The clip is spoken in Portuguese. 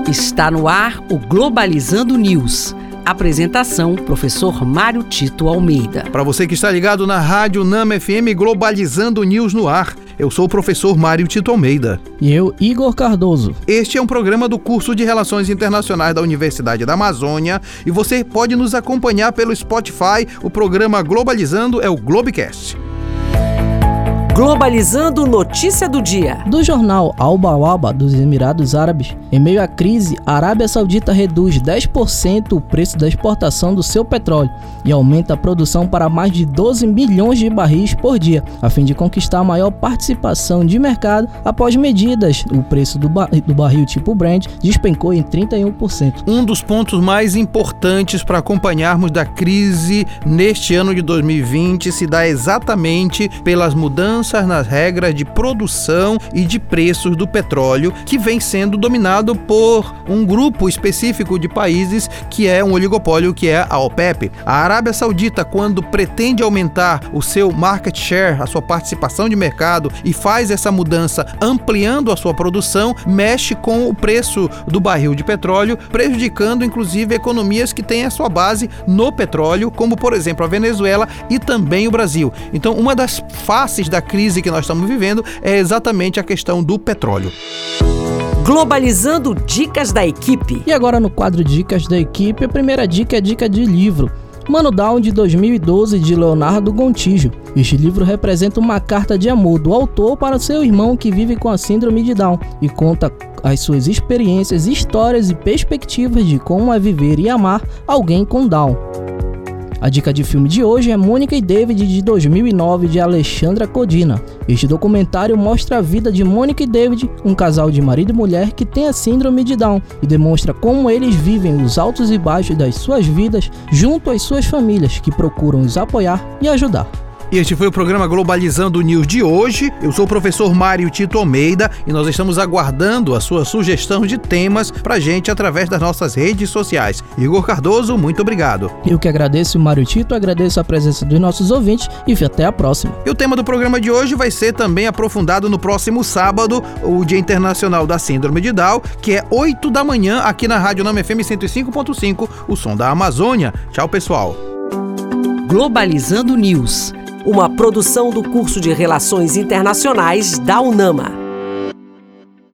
Está no ar o Globalizando News. Apresentação, professor Mário Tito Almeida. Para você que está ligado na Rádio Nama FM Globalizando News no ar, eu sou o professor Mário Tito Almeida. E eu, Igor Cardoso. Este é um programa do curso de Relações Internacionais da Universidade da Amazônia e você pode nos acompanhar pelo Spotify. O programa Globalizando é o Globecast. Globalizando notícia do dia. Do jornal Al Bawaba dos Emirados Árabes, em meio à crise, a Arábia Saudita reduz 10% o preço da exportação do seu petróleo e aumenta a produção para mais de 12 milhões de barris por dia, a fim de conquistar a maior participação de mercado. Após medidas, o preço do barril tipo Brent despencou em 31%. Um dos pontos mais importantes para acompanharmos da crise neste ano de 2020 se dá exatamente pelas mudanças nas regras de produção e de preços do petróleo, que vem sendo dominado por um grupo específico de países que é um oligopólio, que é a OPEP. A Arábia Saudita, quando pretende aumentar o seu market share, a sua participação de mercado, e faz essa mudança ampliando a sua produção, mexe com o preço do barril de petróleo, prejudicando inclusive economias que têm a sua base no petróleo, como por exemplo a Venezuela e também o Brasil. Então, uma das faces da crise que nós estamos vivendo é exatamente a questão do petróleo. Globalizando dicas da equipe. E agora no quadro Dicas da Equipe, a primeira dica é dica de livro. Mano Down, de 2012, de Leonardo Gontijo. Este livro representa uma carta de amor do autor para seu irmão que vive com a síndrome de Down e conta as suas experiências, histórias e perspectivas de como é viver e amar alguém com Down. A dica de filme de hoje é Mônica e David, de 2009, de Alexandra Codina. Este documentário mostra a vida de Mônica e David, um casal de marido e mulher que tem a síndrome de Down, e demonstra como eles vivem os altos e baixos das suas vidas junto às suas famílias, que procuram os apoiar e ajudar. E este foi o programa Globalizando News de hoje. Eu sou o professor Mário Tito Almeida e nós estamos aguardando a sua sugestão de temas pra gente através das nossas redes sociais. Igor Cardoso, muito obrigado. Eu que agradeço, Mário Tito, agradeço a presença dos nossos ouvintes e até a próxima. E o tema do programa de hoje vai ser também aprofundado no próximo sábado, o Dia Internacional da Síndrome de Down, que é 8 da manhã aqui na Rádio Nama FM 105.5, o som da Amazônia. Tchau, pessoal. Globalizando News, uma produção do curso de Relações Internacionais da UNAMA.